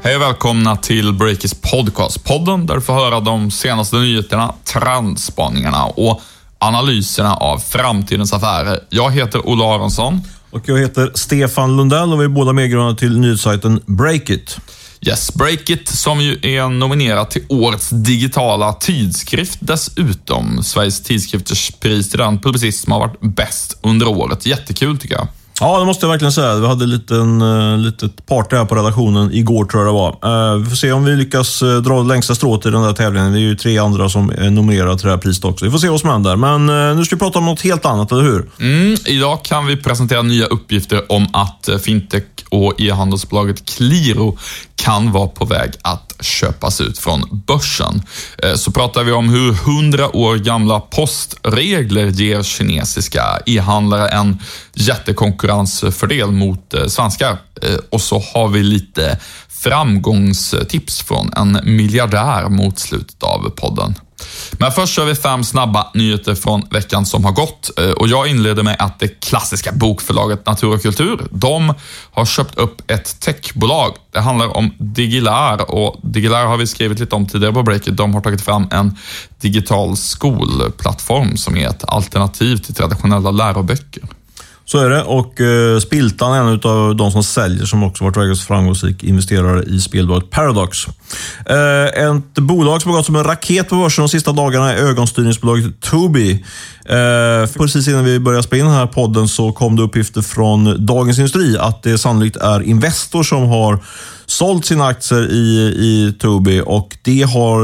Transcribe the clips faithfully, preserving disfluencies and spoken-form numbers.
Hej och välkomna till Breakits podcast. Podden där du får höra de senaste nyheterna, trendspaningarna och analyserna av framtidens affärer. Jag heter Ola Aronsson. Och jag heter Stefan Lundell och vi är båda medgrundare till nyhetssajten Breakit. Yes, Breakit som ju är nominerad till årets digitala tidskrift. Dessutom Sveriges tidskrifters pris till den publicist som har varit bäst under året. Jättekul tycker jag. Ja, det måste jag verkligen säga. Vi hade en liten, uh, litet party här på redaktionen igår tror jag det var. Uh, vi får se om vi lyckas uh, dra det längsta strået i den där tävlingen. Det är ju tre andra som är nominerade till det här priset också. Vi får se vad som händer. Men uh, nu ska vi prata om något helt annat, eller hur? Mm, idag kan vi presentera nya uppgifter om att uh, fintech och e-handelsbolaget Qliro kan vara på väg att köpas ut från börsen. Uh, så pratar vi om hur hundra år gamla postregler ger kinesiska e-handlare en jättekonkurrensfördel mot uh, svenskar. Uh, och så har vi lite framgångstips från en miljardär mot slutet av podden. Men först kör vi fem snabba nyheter från veckan som har gått. Och jag inleder med att det klassiska bokförlaget Natur och Kultur, de har köpt upp ett techbolag. Det handlar om Digilär och Digilär har vi skrivit lite om tidigare på Breakit. De har tagit fram en digital skolplattform som är ett alternativ till traditionella läroböcker. Så är det, och eh, Spiltan är en av de som säljer som också varit väldigt framgångsrik investerare i spelbolaget Paradox. Eh, ett bolag som har gått som en raket på börsen de sista dagarna är ögonstyrningsbolaget Tobii. Eh, precis innan vi började spela in den här podden så kom det uppgifter från Dagens Industri att det sannolikt är Investor som har sålt sina aktier i, i Tobii, och det har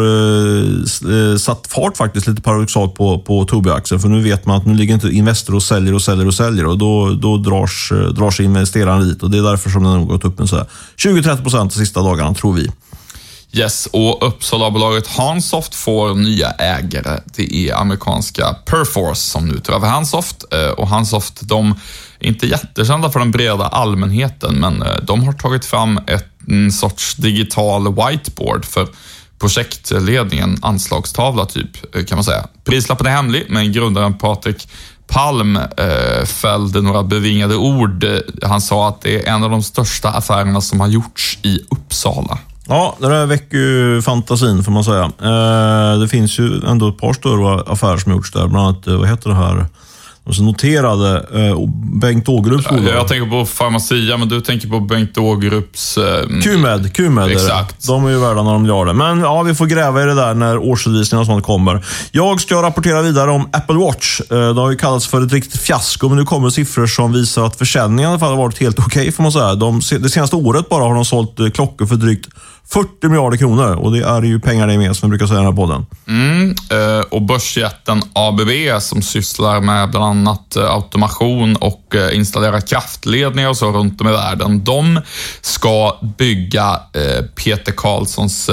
eh, satt fart faktiskt lite paradoxalt på, på Tobii-aktier, för nu vet man att nu ligger inte Investor och säljer och säljer och säljer och då, då dras, drar sig investerarna dit, och det är därför som den har gått upp en så här tjugo till trettio procent de sista dagarna tror vi. Yes, och Uppsala-bolaget Hansoft får nya ägare. Det är amerikanska Perforce som nu tar över Hansoft. Och Hansoft, de är inte jättekända för den breda allmänheten, men de har tagit fram ett, en sorts digital whiteboard för projektledningen, anslagstavla typ kan man säga. Prislappen är hemlig, men grundaren Patrik Palm eh, fällde några bevingade ord. Han sa att det är en av de största affärerna som har gjorts i Uppsala. Ja, det där väcker ju fantasin får man säga. Eh, det finns ju ändå ett par större affärer som har gjorts där. Bland annat, vad heter det här? De som noterade eh, Bengt Ågerups bolag. Jag tänker på Pharmacia, men du tänker på Bengt Ågerups... Eh, Q-med, Q-med. Exakt. De är ju värda när de gör det. Men ja, vi får gräva i det där när årsredovisningarna och sånt kommer. Jag ska rapportera vidare om Apple Watch. Eh, det har ju kallats för ett riktigt fiasko, men nu kommer siffror som visar att försäljningen i alla fall har varit helt okej okay, får man säga. De, det senaste året bara har de sålt eh, klockor för drygt fyrtio miljarder kronor, och det är ju pengar det är med som vi brukar säga i den här podden. Mm, och börsjätten A B B som sysslar med bland annat automation och installera kraftledningar och så runt om i världen, de ska bygga Peter Carlssons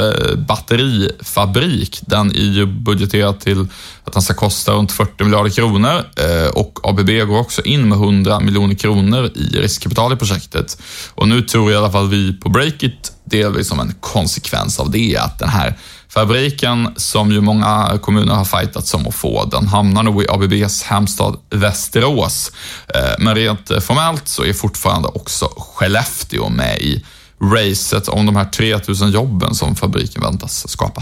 batterifabrik. Den är ju budgeterad till att den ska kosta runt fyrtio miljarder kronor, och A B B går också in med hundra miljoner kronor i riskkapital i projektet. Och nu tror i alla fall vi på Breakit, delvis som en konsekvens av det, att den här fabriken som ju många kommuner har fightat om att få, den hamnar nog i A B B:s hemstad Västerås. Men rent formellt så är fortfarande också Skellefteå med i racet om de här tre tusen jobben som fabriken väntas skapa.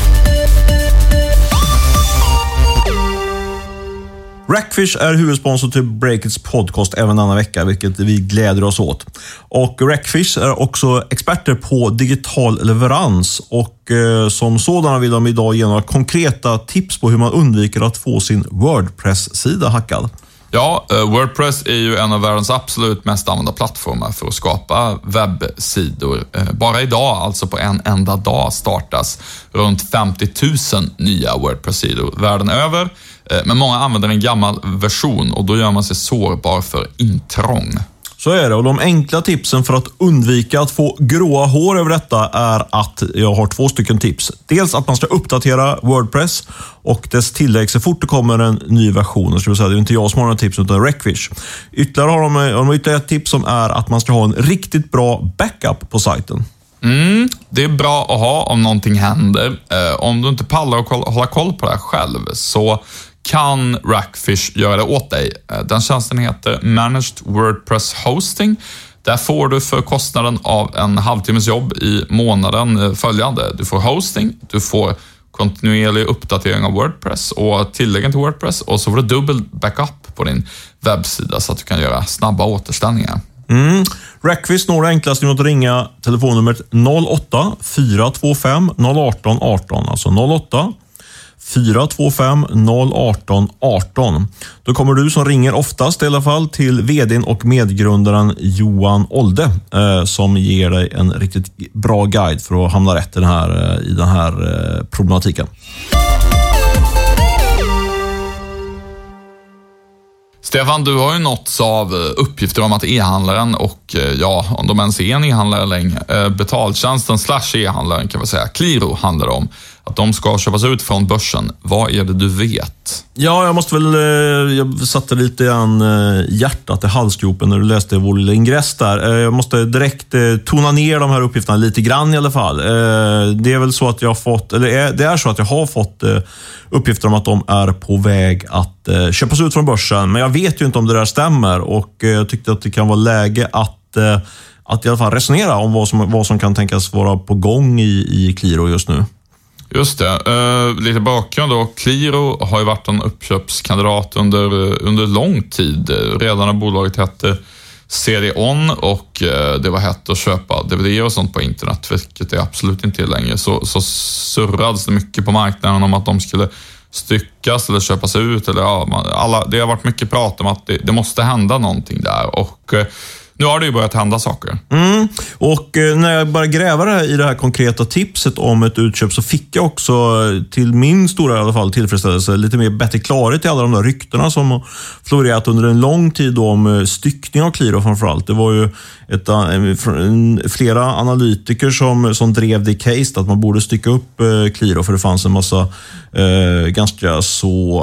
Rackfish är huvudsponsor till Breakits podcast även denna vecka, vilket vi gläder oss åt. Och Rackfish är också experter på digital leverans, och eh, som sådana vill de idag ge några konkreta tips på hur man undviker att få sin WordPress-sida hackad. Ja, WordPress är ju en av världens absolut mest använda plattformar för att skapa webbsidor. Bara idag, alltså på en enda dag, startas runt femtio tusen nya WordPress-sidor världen över. Men många använder en gammal version, och då gör man sig sårbar för intrång. Så är det, och de enkla tipsen för att undvika att få gråa hår över detta är att jag har två stycken tips. Dels att man ska uppdatera WordPress och dess tillägg så fort det kommer en ny version. Jag skulle säga, det är inte jag som har några tips utan Rackfish. Ytterligare har de, de har ytterligare ett tips som är att man ska ha en riktigt bra backup på sajten. Mm, det är bra att ha om någonting händer. Eh, om du inte pallar att hålla koll på det här själv så kan Rackfish göra det åt dig. Den tjänsten heter Managed WordPress Hosting. Där får du för kostnaden av en halvtimmes jobb i månaden följande. Du får hosting, du får kontinuerlig uppdatering av WordPress och tilläggen till WordPress, och så får du dubbel backup på din webbsida så att du kan göra snabba återställningar. Mm. Request når det enklast genom att ringa telefonnumret noll åtta fyra två fem noll ett åtta ett åtta, alltså noll åtta fyra två fem noll ett åtta ett åtta. Då kommer du som ringer oftast i alla fall till vdn och medgrundaren Johan Olde eh, som ger dig en riktigt bra guide för att hamna rätt i den här, eh, i den här eh, problematiken. Stefan, du har ju nåtts av uppgifter om att e-handlaren och, ja, om de ens är en e-handlare längre, betaltjänsten slash e-handlaren kan vi säga, Qliro handlar om, att de ska köpas ut från börsen. Vad är det du vet? Ja, jag måste väl, jag satte lite grann hjärtat i halsgropen när du läste vår lilla ingress där. Jag måste direkt tona ner de här uppgifterna lite grann i alla fall. Det är väl så att jag har fått, eller det är så att jag har fått uppgifter om att de är på väg att köpas ut från börsen. Men jag vet ju inte om det där stämmer, och jag tyckte att det kan vara läge att, att i alla fall resonera om vad som, vad som kan tänkas vara på gång i, i Qliro just nu. Just det. Uh, lite bakgrund då. Qliro har ju varit en uppköpskandidat under, under lång tid. Redan när bolaget hette C D-On och uh, det var hett att köpa D V D och sånt på internet, vilket det absolut inte är längre. Så, så surrades det mycket på marknaden om att de skulle styckas eller köpas ut. Eller, ja, alla, det har varit mycket prat om att det, det måste hända någonting där, och uh, nu har det ju börjat hända saker. Mm. Och eh, när jag bara gräver i det här konkreta tipset om ett utköp, så fick jag också, till min stora i alla fall, tillfredsställelse, lite mer bättre klarhet i alla de där ryktena som har florerat under en lång tid om styckning av Qliro framförallt. Det var ju ett, en, flera analytiker som, som drev det case att man borde stycka upp eh, Qliro, för det fanns en massa eh, ganska så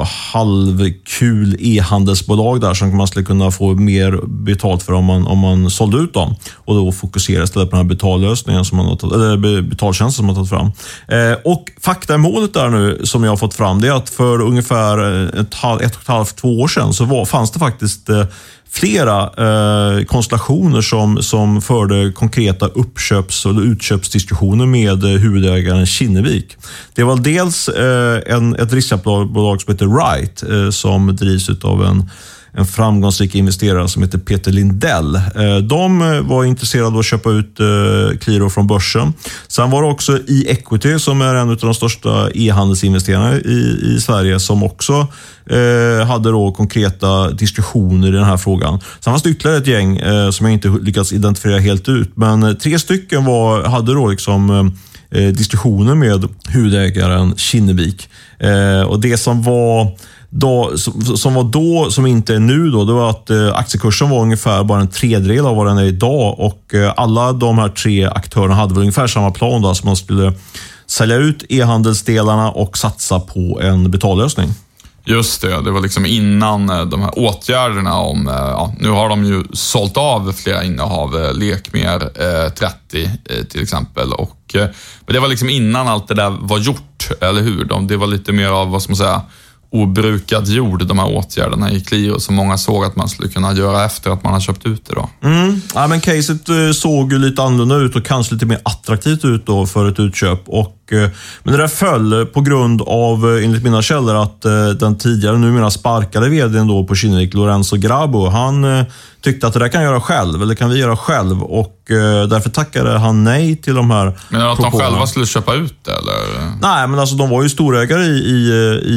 halvkul e-handelsbolag där som man skulle kunna få mer betalt för om man, om man man sålde ut dem, och då fokuserade istället på den här betallösningen som man har tagit, eller betaltjänsten som man har tagit fram. Eh, och faktamålet där nu som jag har fått fram, det är att för ungefär ett, ett och ett halvt, två år sedan så var, fanns det faktiskt eh, flera eh, konstellationer som, som förde konkreta uppköps- eller utköpsdiskussioner med eh, huvudägaren Kinnevik. Det var dels eh, en, ett riskkapitalbolag som heter Right eh, som drivs av en en framgångsrik investerare som heter Peter Lindell. De var intresserade av att köpa ut Qliro från börsen. Sen var det också eEquity som är en av de största e-handelsinvesterarna i, i Sverige som också eh, hade då konkreta diskussioner i den här frågan. Sen fanns det ytterligare ett gäng eh, som jag inte lyckats identifiera helt ut. Men tre stycken var, hade då liksom eh, diskussioner med huvudägaren Kinnevik. Eh, och det som var Då, som var då, som inte är nu då, det var att eh, aktiekursen var ungefär bara en tredjedel av vad den är idag, och eh, alla de här tre aktörerna hade väl ungefär samma plan då, så man skulle sälja ut e-handelsdelarna och satsa på en betallösning. Just det, det var liksom innan de här åtgärderna om, ja, nu har de ju sålt av flera innehav, Lekmer eh, trettio eh, till exempel, och eh, men det var liksom innan allt det där var gjort, eller hur? De, det var lite mer av, vad ska man säga, obrukad jord, de här åtgärderna i Qliro som många såg att man skulle kunna göra efter att man har köpt ut det då. Mm. Ja, men caset såg ju lite annorlunda ut och kanske lite mer attraktivt ut då för ett utköp, och men det där föll på grund av, enligt mina källor, att den tidigare numera sparkade vdn då på Kinnevik, Lorenzo Grabo, han tyckte att det där kan jag göra själv, eller kan vi göra själv, och därför tackade han nej till de här. Men att de själva skulle köpa ut det, eller? Nej, men alltså de var ju storägare i, i,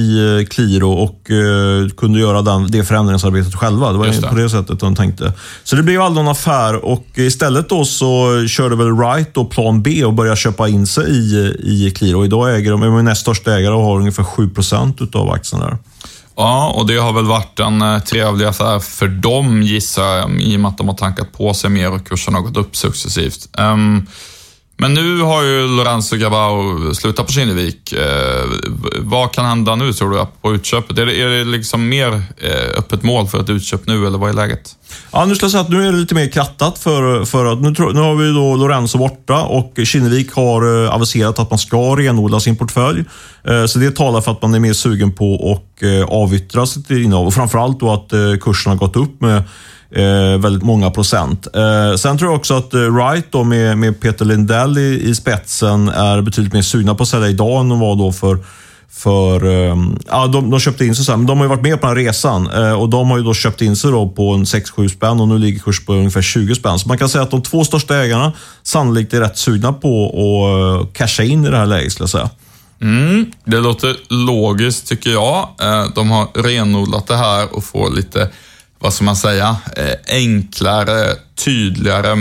i Qliro och uh, kunde göra den, det förändringsarbetet själva. Det var det. På det sättet de tänkte. Så det blev aldrig någon affär, och istället då så körde väl Right och plan B och började köpa in sig i, i Qliro. Idag äger de, är näst största ägare och har ungefär sju procent utav aktierna där. Ja, och det har väl varit en trevlig affär för dem, gissar jag, i och med att de har tankat på sig mer och kursen har gått upp successivt. Um, men nu har ju Lorenzo Grabo slutat på Kinnevik. Uh, vad kan hända nu, tror du, på utköpet? Är det, är det liksom mer uh, öppet mål för ett utköp nu, eller vad är läget? Ja, nu ska jag säga att nu är det lite mer krattat för, för att nu, nu har vi då Lorenzo borta, och Kinnevik har uh, aviserat att man ska renodla sin portfölj. Uh, så det talar för att man är mer sugen på att uh, avyttra sitt innehav, och framförallt då att uh, kursen har gått upp med eh, väldigt många procent. Eh, sen tror jag också att eh, Wright då med, med Peter Lindell i, i spetsen är betydligt mer sugna på att sälja idag än de var då för För, ja, de, de köpte in sig så här, men de har ju varit med på den här resan och de har ju då köpt in sig då på en sex sju spänn och nu ligger kurs på ungefär tjugo spänn. Så man kan säga att de två största ägarna sannolikt är rätt sugna på att casha in i det här läget, skulle jag säga. Mm, det låter logiskt tycker jag. De har renodlat det här och får lite, vad ska man säga, enklare, tydligare,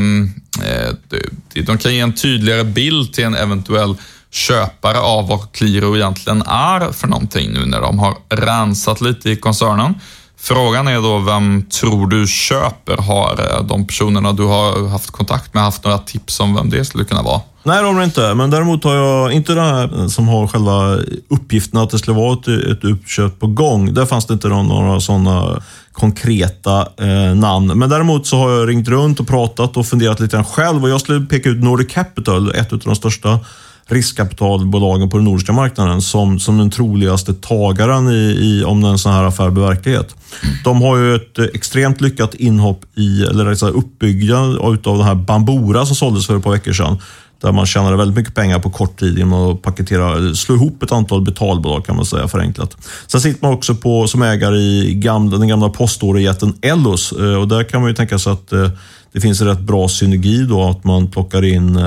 de kan ge en tydligare bild till en eventuell köpare av vad Qliro egentligen är för någonting nu när de har rensat lite i koncernen. Frågan är då, vem tror du köper? Har de personerna du har haft kontakt med haft några tips om vem det skulle kunna vara? Nej, de har inte. Men däremot har jag inte den här som har själva uppgiften att det skulle vara ett, ett uppköp på gång. Där fanns det inte några sådana konkreta eh, namn. Men däremot så har jag ringt runt och pratat och funderat lite grann själv. Och jag skulle peka ut Nordic Capital, ett av de största riskkapitalbolagen på den nordiska marknaden som, som den troligaste tagaren i, i om en sån här affär blir verklighet. De har ju ett extremt lyckat inhopp i, eller så här, uppbyggnad utav den här Bambora som såldes för ett par veckor sedan. Där man tjänade väldigt mycket pengar på kort tid genom att paketera, slå ihop ett antal betalbolag kan man säga förenklat. Sen sitter man också på som ägare i gamla, den gamla postorderjätten Ellos och där kan man ju tänka sig att det finns en rätt bra synergi då att man plockar in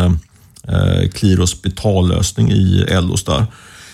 Qliros betallösning i Ellos där.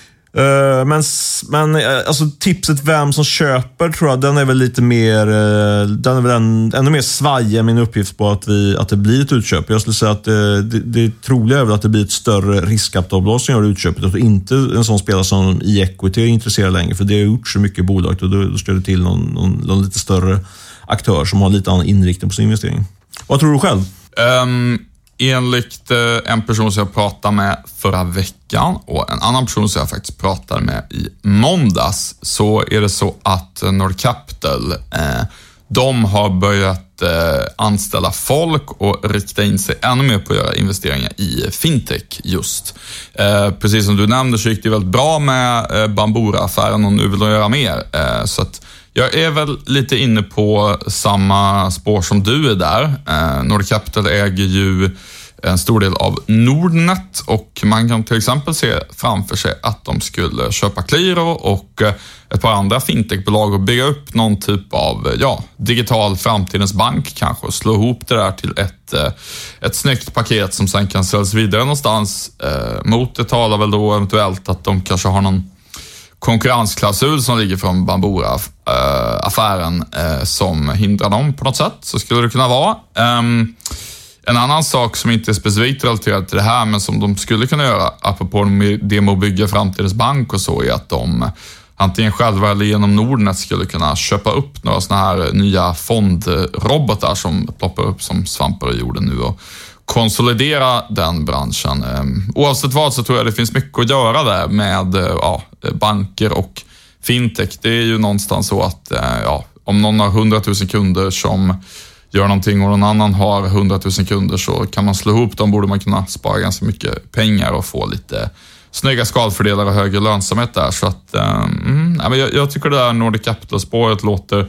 Uh, men men uh, alltså tipset vem som köper tror jag den är väl lite mer uh, den är väl en, ännu mer svajig min uppgift på att, vi, att det blir ett utköp. Jag skulle säga att uh, det, det troliga är väl att det blir ett större riskkapitalbolag som gör utköpet och inte en sån spelare som i equity är intresserad längre, för det har gjort så mycket bolag och då, då ska det till någon, någon, någon lite större aktör som har lite annan inriktning på sin investering. Vad tror du själv? Um... Enligt en person som jag pratade med förra veckan och en annan person som jag faktiskt pratade med i måndags, så är det så att Nordic Capital, eh, de har börjat eh, anställa folk och rikta in sig ännu mer på att göra investeringar i fintech just. Eh, precis som du nämnde så gick det väldigt bra med eh, Bambora-affären och nu vill de göra mer. Eh, så att jag är väl lite inne på samma spår som du är där. Eh, Nordic Capital äger ju en stor del av Nordnet och man kan till exempel se framför sig att de skulle köpa Qliro och ett par andra fintechbolag och bygga upp någon typ av ja, digital framtidens bank kanske och slå ihop det där till ett, ett snyggt paket som sen kan säljas vidare någonstans. Eh, mot det talar väl då eventuellt att de kanske har någon konkurrensklausul som ligger från Bambora-affären äh, som hindrar dem på något sätt. Så skulle det kunna vara. Um, en annan sak som inte är specifikt relaterad till det här men som de skulle kunna göra apropå det med att bygga framtidens bank och så är att de antingen själva eller genom Nordnet skulle kunna köpa upp några såna här nya fondrobotar som ploppar upp som svampar i jorden nu och konsolidera den branschen. Oavsett vad så tror jag det finns mycket att göra där med ja, banker och fintech. Det är ju någonstans så att ja, om någon har hundratusen kunder som gör någonting och någon annan har hundratusen kunder så kan man slå ihop dem, borde man kunna spara ganska mycket pengar och få lite snygga skalfördelar och högre lönsamhet där. Så att mm, jag, jag tycker det där Nordic Capital-spåret låter,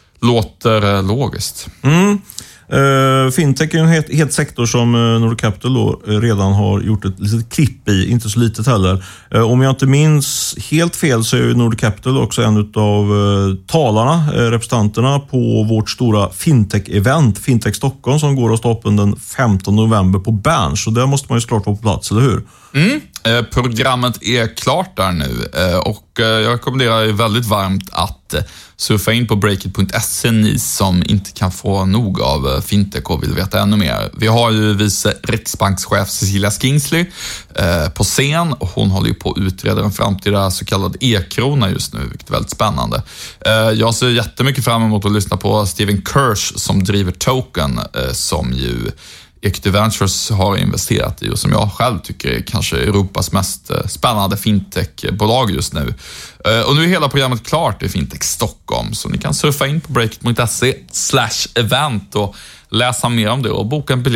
låter logiskt. Mm. Uh, fintech är en het, het sektor som uh, Nordic Capital då, uh, redan har gjort ett litet klipp i, inte så litet heller. Uh, om jag inte minns helt fel så är Nordic Capital också en av uh, talarna, uh, representanterna på vårt stora fintech-event, Fintech Stockholm, som går av stapeln den femtonde november på Berns. Så där måste man ju såklart vara på plats, eller hur? Mm. Eh, programmet är klart där nu eh, och eh, jag rekommenderar ju väldigt varmt att eh, surfa in på breakit punkt se ni som inte kan få nog av eh, fintech och vill veta ännu mer. Vi har ju vice riksbankschef Cecilia Skingsley eh, på scen och hon håller ju på att utreda en framtida så kallad e-krona just nu, vilket är väldigt spännande. Eh, jag ser jättemycket fram emot att lyssna på Steven Kirsch som driver Token eh, som ju Equity Ventures har investerat i och som jag själv tycker är kanske Europas mest spännande fintechbolag just nu. Och nu är hela programmet klart i Fintech Stockholm så ni kan surfa in på breakit punkt se slash event och läsa mer om det och boka en biljett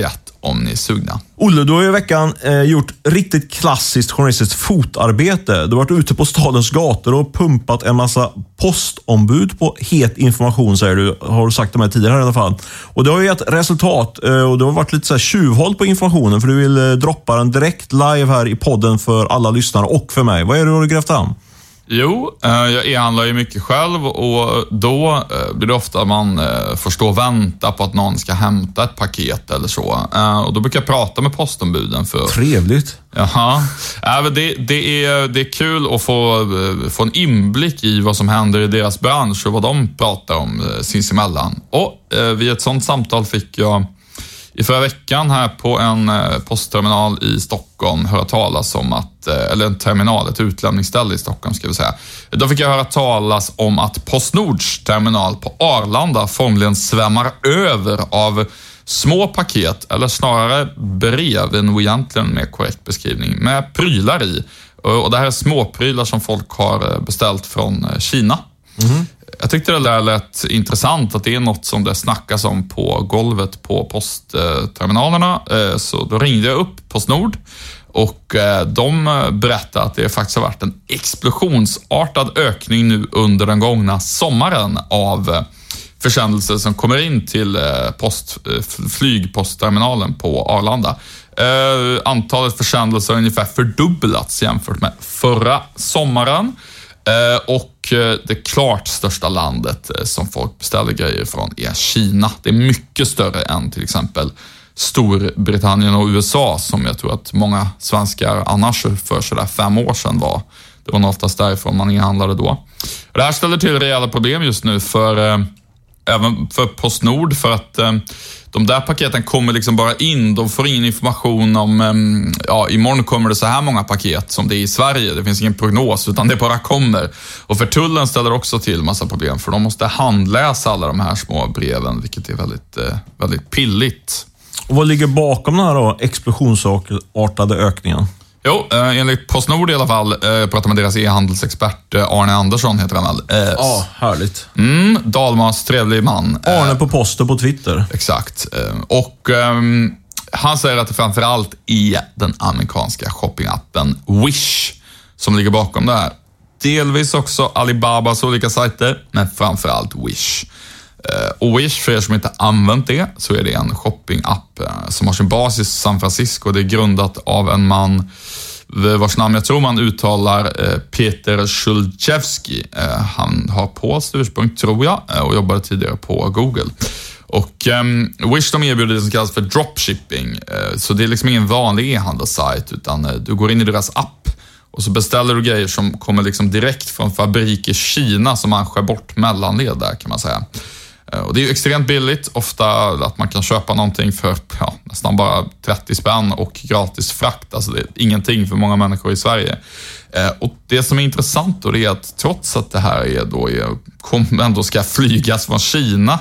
om ni är sugna. Olle, du har ju i veckan eh, gjort riktigt klassiskt journalistiskt fotarbete. Du har varit ute på stadens gator och pumpat en massa postombud på het information, säger du. Har du sagt det med tidigare i alla fall. Och det har ju gett resultat eh, och du har varit lite så här tjuvhåll på informationen för du vill eh, droppa den direkt live här i podden för alla lyssnare och för mig. Vad är det du har grävt fram? Jo, jag e-handlar ju mycket själv och då blir det ofta man får stå och vänta på att någon ska hämta ett paket eller så. Och då brukar jag prata med postombuden för... Trevligt. Jaha. Det, det, är, det är kul att få, få en inblick i vad som händer i deras bransch och vad de pratar om sinsemellan. Och vid ett sånt samtal fick jag i förra veckan här på en postterminal i Stockholm höra talas om att, eller en terminal, ett utlämningsställe i Stockholm ska vi säga. Då fick jag höra talas om att PostNords terminal på Arlanda formligen svämmar över av små paket, eller snarare brev, en egentligen mer korrekt beskrivning, med prylar i. Och det här är småprylar som folk har beställt från Kina. Mm. Jag tyckte det där lät intressant, att det är något som det snackas om på golvet på postterminalerna. Så då ringde jag upp PostNord och de berättade att det faktiskt har varit en explosionsartad ökning nu under den gångna sommaren av försändelser som kommer in till post, flygpostterminalen på Arlanda. Antalet försändelser har ungefär fördubblats jämfört med förra sommaren. Och det klart största landet som folk beställer grejer från är Kina. Det är mycket större än till exempel Storbritannien och U S A, som jag tror att många svenskar annars för sådär fem år sedan var. Det var nog oftast därifrån man e-handlade då. Det här ställer till rejäla problem just nu för även för PostNord, för att eh, de där paketen kommer liksom bara in. De får ingen information om eh, ja, imorgon kommer det så här många paket som det är i Sverige. Det finns ingen prognos, utan det bara kommer. Och för tullen ställer också till massa problem, för de måste handläsa alla de här små breven, vilket är väldigt, eh, väldigt pilligt. Och vad ligger bakom den här då explosionsartade ökningen? Jo, eh, enligt PostNord i alla fall, eh, pratar med deras e-handelsexpert eh, Arne Andersson heter han väl. Ja, eh, ah, härligt. Mm, Dalmas trevlig man. Arne eh, på posten på Twitter. Exakt. Eh, och eh, han säger att det framförallt är den amerikanska shoppingappen Wish som ligger bakom det här. Delvis också Alibabas olika sajter, men framförallt Wish. Och Wish, för er som inte använt det, så är det en shoppingapp som har sin bas i San Francisco. Det är grundat av en man vars namn jag tror man uttalar Peter Szulczewski. Han har polskt ursprung, tror jag, och jobbade tidigare på Google. Och um, Wish, de erbjuder det som kallas för dropshipping. Uh, så det är liksom ingen vanlig e-handelssajt, utan uh, du går in i deras app och så beställer du grejer som kommer liksom direkt från fabrik i Kina, som man skär bort mellanled där, kan man säga. Och det är ju extremt billigt, ofta att man kan köpa någonting för ja, nästan bara trettio spänn och gratis frakt. Alltså det är ingenting för många människor i Sverige. Och det som är intressant då är att trots att det här är då är, ändå ska flygas från Kina,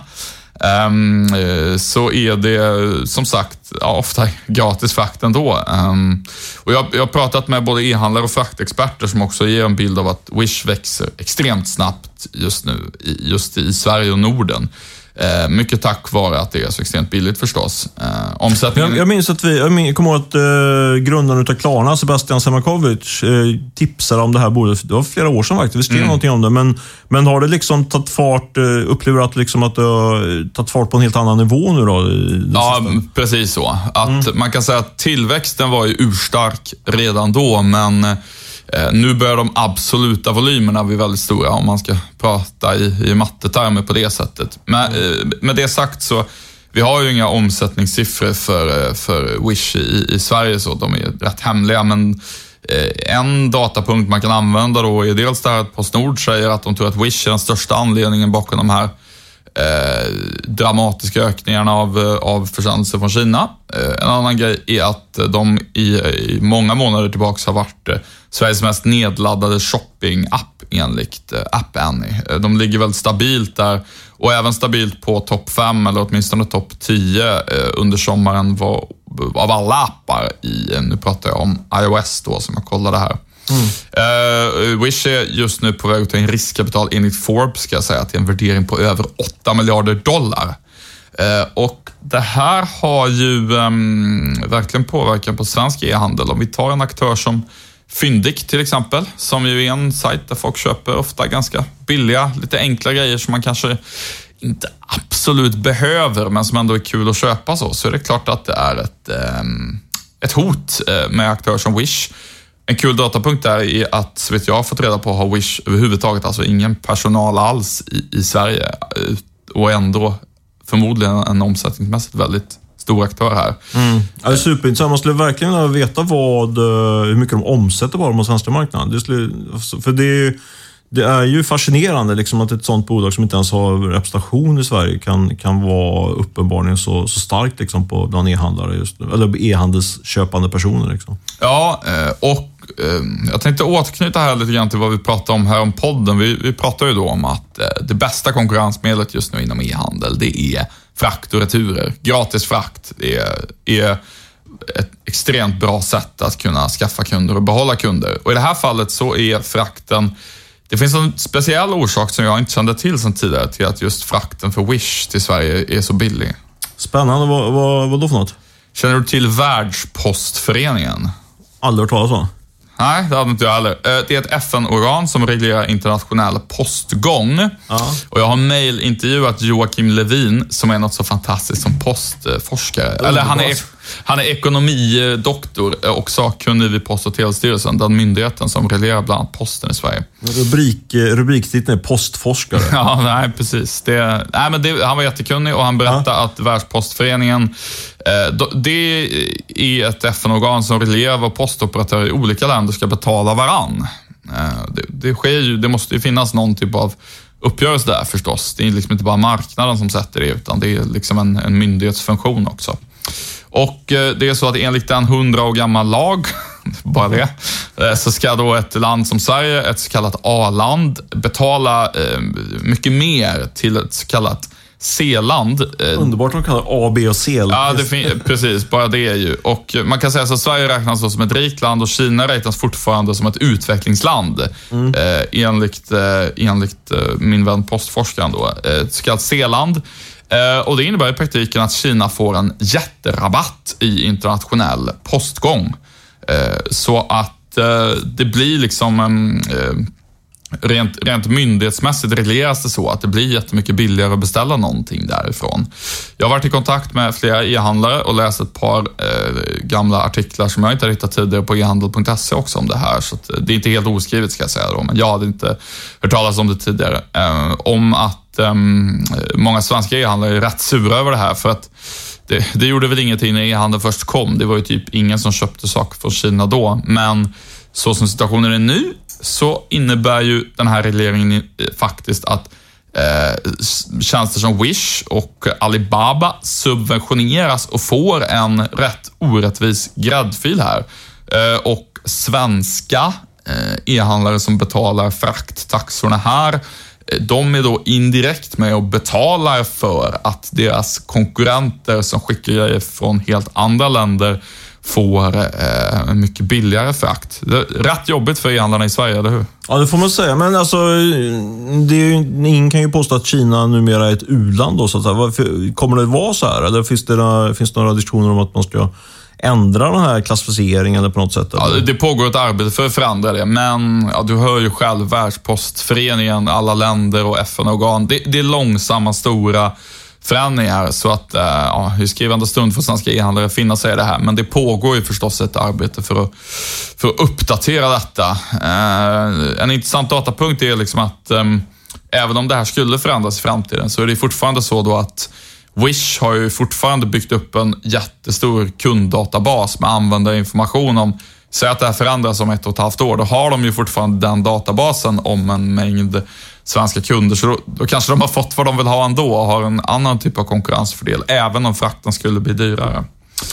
Um, så är det som sagt ja, ofta gratis frakt ändå. Um, och jag, jag har pratat med både e-handlare och fraktexperter som också ger en bild av att Wish växer extremt snabbt just nu, just i Sverige och Norden. Uh, mycket tack vare att det är så extremt billigt förstås. Uh, omsättningen... jag, jag minns att vi, jag, minns, jag kommer ihåg att uh, grundaren utav Klarna, Sebastian Semakovic, uh, tipsade om det här bordet. Det var flera år sedan faktiskt, vi skrev mm. någonting om det. Men, men har det liksom tagit fart, uh, upplever att, liksom att det har tagit fart på en helt annan nivå nu då? Ja, sista? Precis så. Att mm. Man kan säga att tillväxten var ju urstark redan då, men Eh, nu börjar de absoluta volymerna bli väldigt stora, om man ska prata i, i mattetermer på det sättet. Men, eh, med det sagt så, vi har ju inga omsättningssiffror för, för Wish i, i Sverige, så de är rätt hemliga, men eh, en datapunkt man kan använda då är dels det här att PostNord säger att de tror att Wish är den största anledningen bakom de här Eh, dramatiska ökningarna av, av försändelser från Kina. Eh, en annan grej är att de i, i många månader tillbaka har varit eh, Sveriges mest nedladdade shopping-app enligt eh, App Annie. Eh, de ligger väldigt stabilt där, och även stabilt på topp fem eller åtminstone topp tio eh, under sommaren var, av alla appar i, nu pratar jag om iOS då som jag kollade här. Mm. Uh, Wish är just nu på väg att ta in riskkapital enligt Forbes, ska jag säga, till en värdering på över åtta miljarder dollar. Och det här har ju um, verkligen påverkan på svensk e-handel. Om vi tar en aktör som Fyndik till exempel, som ju är en sajt där folk köper ofta ganska billiga, lite enkla grejer som man kanske inte absolut behöver, men som ändå är kul att köpa, så, så är det klart att det är ett, um, ett hot med aktörer som Wish. En kul datapunkt där är att, så vet jag har fått reda på, har Wish överhuvudtaget alltså ingen personal alls i, i Sverige, och ändå förmodligen en omsättningsmässigt väldigt stor aktör här. Mm. Ja, det är superintressant. Man skulle verkligen vilja veta vad, hur mycket de omsätter bara på den svenska marknaden. Det skulle, för det, det är ju fascinerande liksom, att ett sånt bolag som inte ens har representation i Sverige kan, kan vara uppenbarligen så, så starkt liksom, på bland e-handlare just nu, eller e-handelsköpande personer. Liksom. Ja, och jag tänkte återknyta här lite grann till vad vi pratade om här om podden. Vi, vi pratade ju då om att det bästa konkurrensmedlet just nu inom e-handel, det är frakt och returer. Gratis frakt är, är ett extremt bra sätt att kunna skaffa kunder och behålla kunder. Och i det här fallet så är frakten, det finns en speciell orsak som jag inte kände till sedan tidigare till att just frakten för Wish till Sverige är så billig. Spännande. Vad, vad, vad då för något? Känner du till Världspostföreningen? Aldrig hört talas om. Nej, det hade inte jag heller. Det är ett F N-organ som reglerar internationell postgång. Ja. Och jag har mejlintervjuat Joakim Levin som är något så fantastiskt som postforskare. Eller han är, han är ekonomidoktor och sakkunnig vid Post- och telestyrelsen, den myndigheten som reglerar bland annat posten i Sverige. Rubrik, rubriktiteln är postforskare. Ja, nej, precis. Det, nej, men det, han var jättekunnig och han berättade ja. att Världspostföreningen, det är ett F N-organ som reglerar vad postoperatörer i olika länder ska betala varann. Det, det, sker ju, det måste ju finnas någon typ av uppgörelse där förstås. Det är liksom inte bara marknaden som sätter det, utan det är liksom en, en myndighetsfunktion också. Och det är så att enligt en hundra år gammal lag, bara det, så ska då ett land som Sverige, ett så kallat A-land, betala mycket mer till ett så kallat C-land. Underbart att de kallar A, B och C. Ja, det fin- precis. Bara det är ju. Och man kan säga så att Sverige räknas som ett rikt land och Kina räknas fortfarande som ett utvecklingsland. Mm. Eh, enligt eh, enligt eh, min vän postforskaren då. Ett så kallat C-land. Eh, och det innebär i praktiken att Kina får en jätterabatt i internationell postgång. Eh, så att eh, det blir liksom en... Eh, Rent, rent myndighetsmässigt regleras det så att det blir jättemycket billigare att beställa någonting därifrån. Jag har varit i kontakt med flera e-handlare och läst ett par eh, gamla artiklar som jag inte har hittat tidigare på e handel punkt se också om det här. Så att det är inte helt oskrivet ska jag säga då, men jag hade inte hört talas om det tidigare. Eh, om att eh, många svenska e-handlare är rätt sura över det här, för att det, det gjorde väl ingenting när e-handeln först kom. Det var ju typ ingen som köpte saker från Kina då, men så som situationen är nu så innebär ju den här regleringen faktiskt att eh, tjänster som Wish och Alibaba subventioneras och får en rätt orättvis gräddfil här. Eh, och svenska eh, e-handlare som betalar frakttaxorna här, de är då indirekt med och betalar för att deras konkurrenter som skickar grejer från helt andra länder får eh, en mycket billigare frakt. Det är rätt jobbigt för e-handlarna i Sverige, eller hur? Ja, det får man säga. Men alltså, det är ju, ingen kan ju påstå att Kina numera är ett u-land då, så att säga. Varför, kommer det vara så här? Eller finns det, några, finns det några diskussioner om att man ska ändra den här klassificeringen eller på något sätt? Ja, det pågår ett arbete för att förändra det, men ja, du hör ju själv Världspostföreningen, alla länder och F N-organ. Det, det är långsamma, stora förändringar, så att ja, i skrivande stund för svenska e-handlare finna sig i det här, men det pågår ju förstås ett arbete för att, för att uppdatera detta. Eh, en intressant datapunkt är liksom att eh, även om det här skulle förändras i framtiden så är det fortfarande så då att Wish har ju fortfarande byggt upp en jättestor kunddatabas med användarinformation om, säg att det här förändras om ett och ett halvt år, då har de ju fortfarande den databasen om en mängd svenska kunder, så då, då kanske de har fått vad de vill ha ändå och har en annan typ av konkurrensfördel, även om frakten skulle bli dyrare.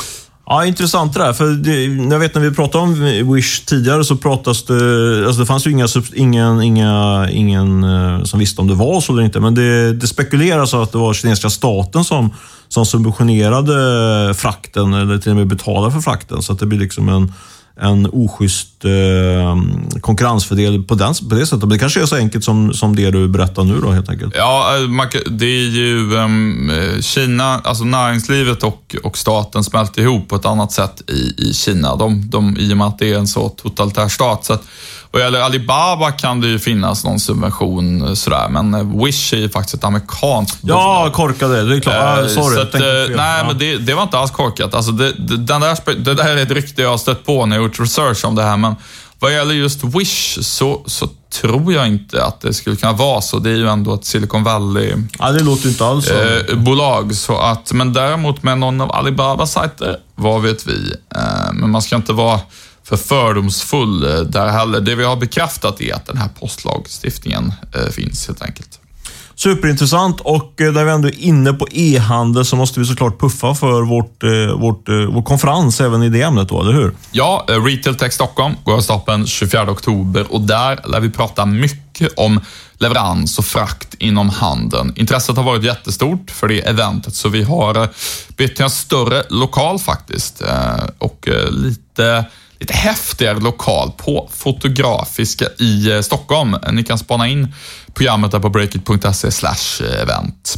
Ja, intressant det där. För det, jag vet när vi pratade om Wish tidigare så pratas det, alltså det fanns ju inga, ingen, inga, ingen som visste om det var så eller inte, men det, det spekuleras att det var kinesiska staten som, som subventionerade frakten eller till och med betalade för frakten, så att det blir liksom en en oschysst eh, konkurrensfördel på, den, på det sättet. Men det kanske är så enkelt som, som det du berättar nu då, helt enkelt. Ja, det är ju um, Kina, alltså näringslivet och, och staten smälter ihop på ett annat sätt i, i Kina. De, de, i och med att det är en så totalitär stat. Så att, vad gäller Alibaba kan det ju finnas någon subvention sådär, men Wish är ju faktiskt ett amerikanskt bolag. Ja, korkade, det är klart. Ah, sorry, så att, nej, ja. men det, det var inte alls korkat. Alltså det, det, den där, det där är ett rykte jag har stött på när jag gjort research om det här, men vad gäller just Wish så, så tror jag inte att det skulle kunna vara så. Det är ju ändå ett Silicon Valley ja, det låter inte alls så. Eh, bolag. Så att, men däremot med någon av Alibabas sajter, vad vet vi? Eh, men man ska inte vara för fördomsfull där heller. Det vi har bekräftat är att den här postlagstiftningen eh, finns helt enkelt. Superintressant, och där vi ändå är inne på e-handel så måste vi såklart puffa för vårt, vårt, vår konferens även i det ämnet då, eller hur? Ja, Retail Tech Stockholm går av stapeln tjugofjärde oktober och där lär vi prata mycket om leverans och frakt inom handeln. Intresset har varit jättestort för det eventet, så vi har bytt till en större lokal faktiskt och lite lite häftigare lokal på Fotografiska i Stockholm. Ni kan spana in programmet där på breakit punkt se slash event.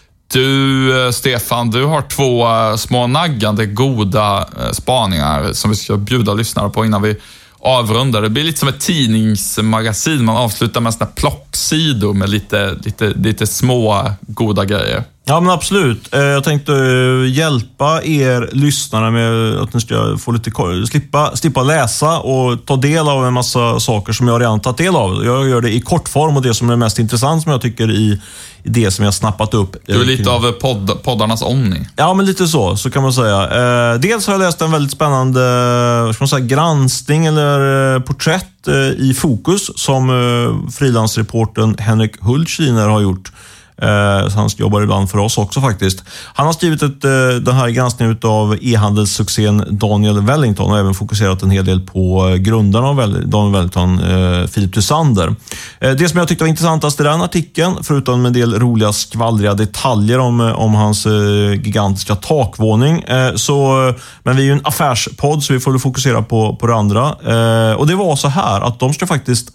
Du, Stefan, du har två små naggande goda spaningar som vi ska bjuda lyssnare på innan vi avrundar. Det blir lite som ett tidningsmagasin. Man avslutar med såna plocksidor med lite, lite, lite små goda grejer. Ja, men absolut. Jag tänkte hjälpa er lyssnare med att ni ska få lite slippa, slippa läsa och ta del av en massa saker som jag redan tagit del av. Jag gör det i kortform och det som är mest intressant som jag tycker i, i det som jag snappat upp. Du är lite av podd, poddarnas omni. Ja, men lite så, så kan man säga. Eh, dels har jag läst en väldigt spännande vad ska man säga, granskning eller porträtt eh, i Fokus som eh, frilansreporten Henrik Hultschiner har gjort. Uh, han jobbar ibland för oss också faktiskt. Han har skrivit ett, uh, den här granskningen av e-handelssuccén Daniel Wellington och även fokuserat en hel del på uh, grundarna av Daniel Wellington, uh, Philip Thusander. Uh, det som jag tyckte var intressantast i den artikeln, förutom en del roliga skvallriga detaljer om, uh, om hans uh, gigantiska takvåning, uh, så, uh, men vi är ju en affärspodd så vi får fokusera på, på det andra. Uh, och det var så här att de ska faktiskt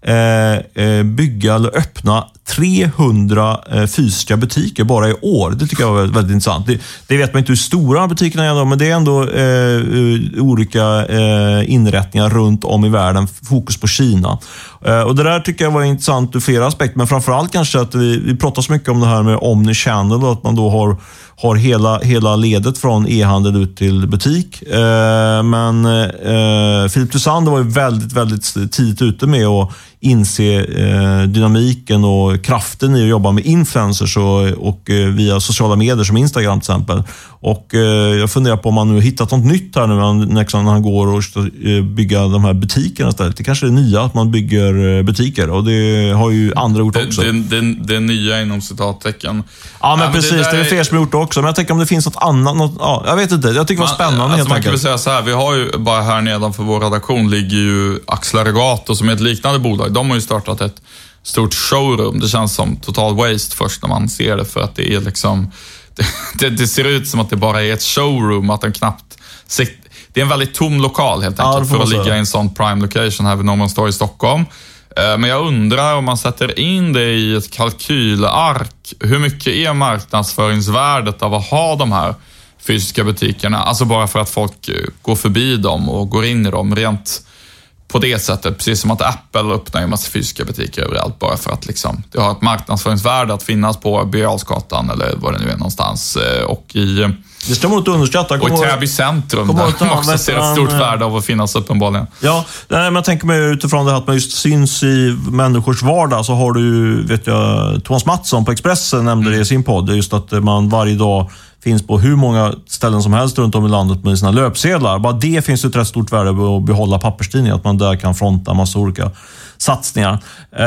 uh, bygga eller öppna trehundra fysiska butiker bara i år. Det tycker jag var väldigt intressant. Det, det vet man inte hur stora butikerna är, men det är ändå eh, olika eh, inrättningar runt om i världen. Fokus på Kina. Eh, och det där tycker jag var intressant ur flera aspekter, men framförallt kanske att vi, vi pratar så mycket om det här med omnichannel och att man då har, har hela, hela ledet från e-handel ut till butik. Eh, men eh, Philip Thusander var ju väldigt, väldigt tidigt ute med att inse eh, dynamiken och kraften i att jobba med influencers och, och eh, via sociala medier som Instagram till exempel. Och eh, jag funderar på om man nu hittat något nytt här nu när, när han går och ska eh, bygga de här butikerna istället. Det kanske är det nya att man bygger butiker och det har ju andra gjort också. Det, det, det, det nya inom citattecken. Ja, men ja, precis. Men det, det är fler som gjort det också. Men jag tänker om det finns något annat. Något, ja, jag vet inte. Jag tycker man, det var spännande alltså helt man enkelt. kan väl säga så här. Vi har ju bara här nedanför vår redaktion ligger ju Accelerator som är ett liknande bolag. De har ju startat ett stort showroom. Det känns som total waste först när man ser det, för att det är liksom det, det, det ser ut som att det bara är ett showroom, att den knappt det är en väldigt tom lokal helt enkelt, ja, för att ligga i en sån prime location här vid Norrmalmstorg i Stockholm. Men jag undrar om man sätter in det i ett kalkylark, hur mycket är marknadsföringsvärdet av att ha de här fysiska butikerna, alltså bara för att folk går förbi dem och går in i dem rent på det sättet, precis som att Apple öppnar en massa fysiska butiker överallt bara för att liksom, det har ett marknadsföringsvärde att finnas på Birger Jarlsgatan eller vad det nu är någonstans, och i det ska man inte underskatta. Och i Täby centrum där man också ser ett stort värde av att finnas uppenbarligen. Ja, men jag tänker mig utifrån det här att man just syns i människors vardag, så har du, vet jag, Thomas Mattsson på Expressen nämnde det i sin podd, just att man varje dag finns på hur många ställen som helst runt om i landet med sina löpsedlar. Bara det finns ett rätt stort värde att behålla papperstidningar, att man där kan fronta massa olika satsningar. Eh,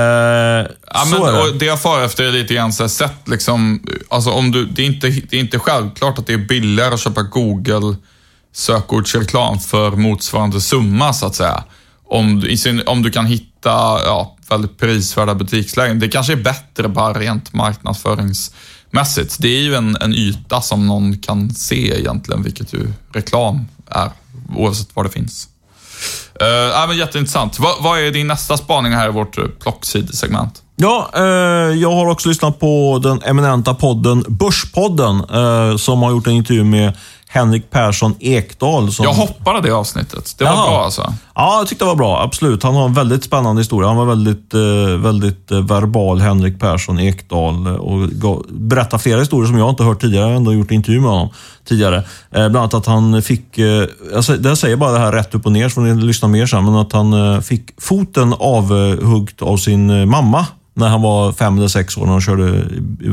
ja, men, det. Och det jag far efter är lite grann så här, sätt liksom, alltså om du, det är inte, det är inte självklart att det är billigare att köpa Google sökordsreklam för motsvarande summa så att säga. Om du, om du kan hitta ja, väldigt prisvärda butikslägen. Det kanske är bättre bara rent marknadsföringsmässigt. Det är ju en, en yta som någon kan se egentligen, vilket ju reklam är, oavsett var det finns. Uh, ja, men jätteintressant. Va, vad är din nästa spaning här i vårt plocksidesegment? Ja, eh, jag har också lyssnat på den eminenta podden Börspodden eh, som har gjort en intervju med Henrik Persson Ekdahl. Som... Jag hoppade det avsnittet. Det var Jaha. bra alltså. Ja, jag tyckte det var bra. Absolut. Han har en väldigt spännande historia. Han var väldigt, eh, väldigt eh, verbal, Henrik Persson Ekdahl. Och gav, berättar flera historier som jag inte hört tidigare. Jag har ändå gjort intervju med honom tidigare. Eh, bland annat att han fick, eh, alltså, jag säger bara det här rätt upp och ner så får ni lyssna mer sen. Men att han eh, fick foten avhuggt av sin eh, mamma när han var fem eller sex år när han körde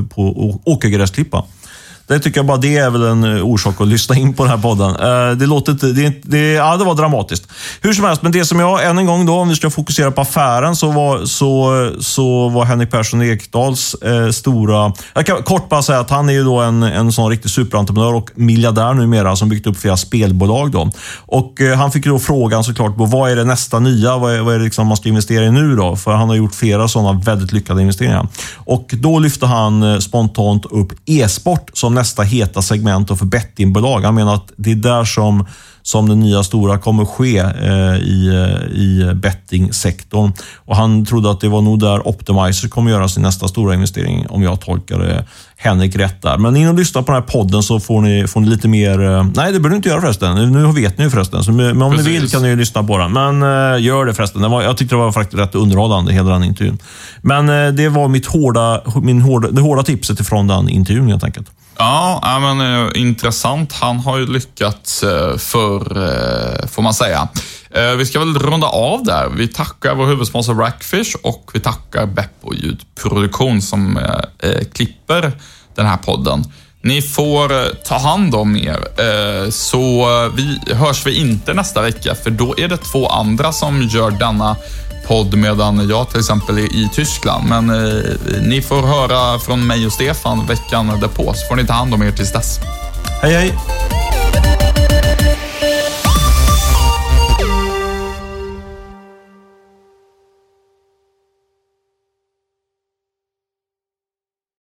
på åkergräsklippa. Det tycker jag bara det är väl en orsak att lyssna in på den här podden. Det låter inte, det, det, ja, det var dramatiskt. Hur som helst, men det som jag än en gång då, om vi ska fokusera på affären, så var, så, så var Henrik Persson Ekdahls eh, stora... Jag kan kort bara säga att han är ju då en, en sån riktig superentreprenör och miljardär numera som byggt upp flera spelbolag då. Och eh, han fick ju då frågan såklart på vad är det nästa nya, vad är, vad är det liksom man ska investera i nu då? För han har gjort flera sådana väldigt lyckade investeringar. Och då lyfte han eh, spontant upp e-sport som nästa heta segment och för bettingbolag. Han menar att det är där som, som den nya stora kommer ske eh, i, i bettingsektorn. Och han trodde att det var nog där Optimizer kommer göra sin nästa stora investering, om jag tolkar det Henrik rätt där. Men in och lyssna på den här podden så får ni, får ni lite mer... Eh, nej, det behöver ni inte göra förresten. Nu vet ni ju förresten. Så, men om Precis. Ni vill kan ni ju lyssna på den. Men eh, gör det förresten. Det var, jag tyckte det var faktiskt rätt underhållande, hela den intervjun. Men eh, det var mitt hårda, min hårda, det hårda tipset ifrån den intervjun helt enkelt. Ja, men eh, intressant. Han har ju lyckats eh, för, eh, får man säga. Eh, vi ska väl runda av där. Vi tackar vår huvudsponsor Rackfish och vi tackar Beppo ljudproduktion som eh, eh, klipper den här podden. Ni får eh, ta hand om er. Eh, så vi hörs vi inte nästa vecka, för då är det två andra som gör denna podd medan jag till exempel är i Tyskland. Men eh, ni får höra från mig och Stefan veckan därpå, så får ni ta hand om er tills dess. Hej hej!